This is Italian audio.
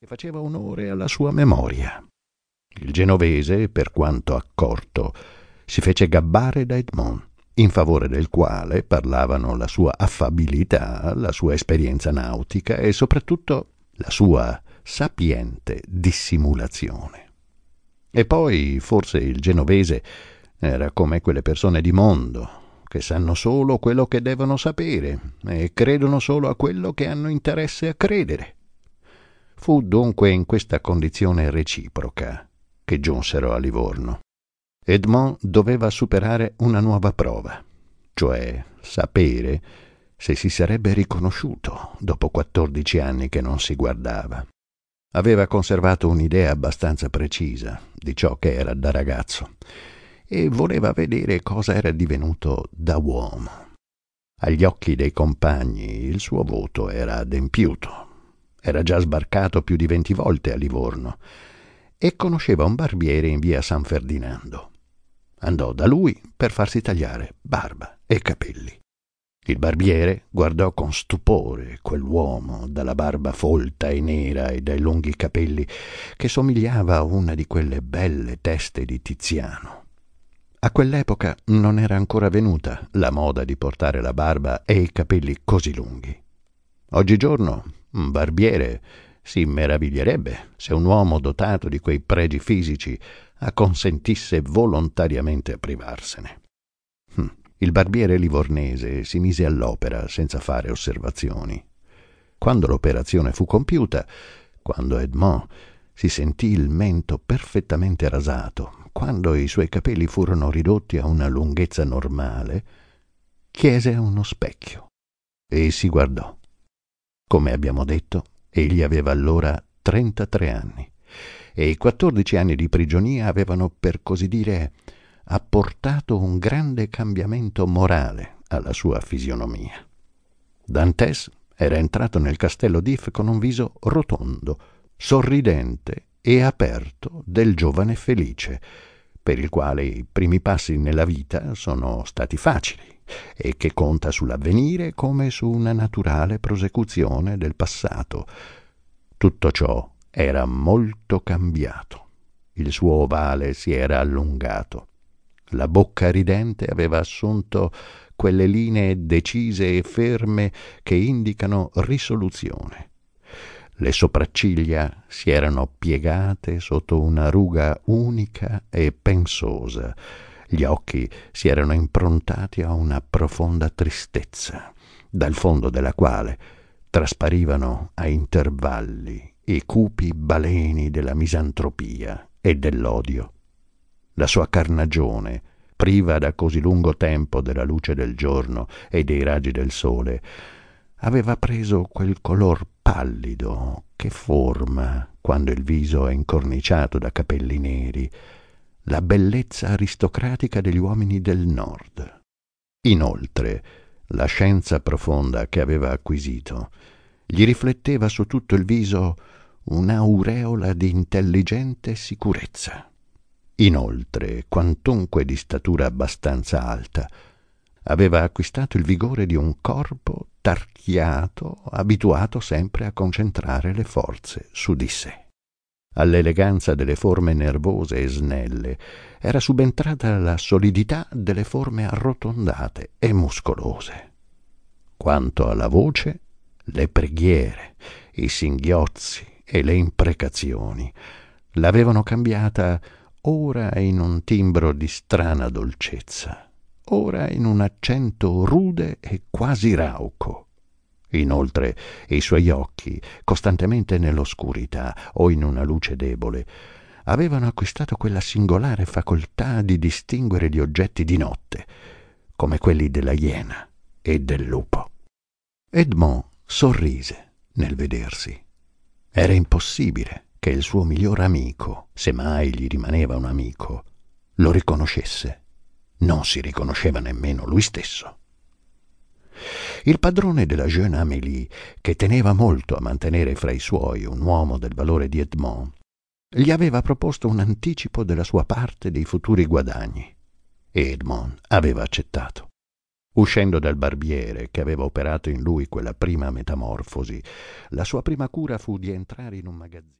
che faceva onore alla sua memoria. Il genovese, per quanto accorto, si fece gabbare da Edmond, in favore del quale parlavano la sua affabilità, la sua esperienza nautica e soprattutto la sua sapiente dissimulazione. E poi forse il genovese era come quelle persone di mondo che sanno solo quello che devono sapere e credono solo a quello che hanno interesse a credere. Fu dunque in questa condizione reciproca che giunsero a Livorno. Edmond doveva superare una nuova prova, cioè sapere se si sarebbe riconosciuto dopo 14 anni che non si guardava. Aveva conservato un'idea abbastanza precisa di ciò che era da ragazzo e voleva vedere cosa era divenuto da uomo. Agli occhi dei compagni il suo voto era adempiuto. Era già sbarcato più di 20 volte a Livorno e conosceva un barbiere in via San Ferdinando. Andò da lui per farsi tagliare barba e capelli. Il barbiere guardò con stupore quell'uomo dalla barba folta e nera e dai lunghi capelli che somigliava a una di quelle belle teste di Tiziano. A quell'epoca non era ancora venuta la moda di portare la barba e i capelli così lunghi. Oggigiorno un barbiere si meraviglierebbe se un uomo dotato di quei pregi fisici acconsentisse volontariamente a privarsene. Il barbiere livornese si mise all'opera senza fare osservazioni. Quando l'operazione fu compiuta, quando Edmond si sentì il mento perfettamente rasato, quando i suoi capelli furono ridotti a una lunghezza normale, chiese a uno specchio e si guardò. Come abbiamo detto, egli aveva allora 33 anni e i 14 anni di prigionia avevano, per così dire, apportato un grande cambiamento morale alla sua fisionomia. Dantes era entrato nel castello d'If con un viso rotondo, sorridente e aperto del giovane felice, per il quale i primi passi nella vita sono stati facili e che conta sull'avvenire come su una naturale prosecuzione del passato. Tutto ciò era molto cambiato. Il suo ovale si era allungato. La bocca ridente aveva assunto quelle linee decise e ferme che indicano risoluzione. Le sopracciglia si erano piegate sotto una ruga unica e pensosa. Gli occhi si erano improntati a una profonda tristezza, dal fondo della quale trasparivano a intervalli i cupi baleni della misantropia e dell'odio. La sua carnagione, priva da così lungo tempo della luce del giorno e dei raggi del sole, aveva preso quel color pallido che forma, quando il viso è incorniciato da capelli neri, la bellezza aristocratica degli uomini del nord. Inoltre, la scienza profonda che aveva acquisito gli rifletteva su tutto il viso un'aureola di intelligente sicurezza. Inoltre, quantunque di statura abbastanza alta, aveva acquistato il vigore di un corpo tarchiato, abituato sempre a concentrare le forze su di sé. All'eleganza delle forme nervose e snelle era subentrata la solidità delle forme arrotondate e muscolose. Quanto alla voce, le preghiere, i singhiozzi e le imprecazioni l'avevano cambiata ora in un timbro di strana dolcezza, ora in un accento rude e quasi rauco. Inoltre i suoi occhi, costantemente nell'oscurità o in una luce debole, avevano acquistato quella singolare facoltà di distinguere gli oggetti di notte, come quelli della iena e del lupo. Edmond sorrise nel vedersi. Era impossibile che il suo miglior amico, se mai gli rimaneva un amico, lo riconoscesse. Non si riconosceva nemmeno lui stesso. Il padrone della Jeune Amélie, che teneva molto a mantenere fra i suoi un uomo del valore di Edmond, gli aveva proposto un anticipo della sua parte dei futuri guadagni e Edmond aveva accettato. Uscendo dal barbiere che aveva operato in lui quella prima metamorfosi, la sua prima cura fu di entrare in un magazzino.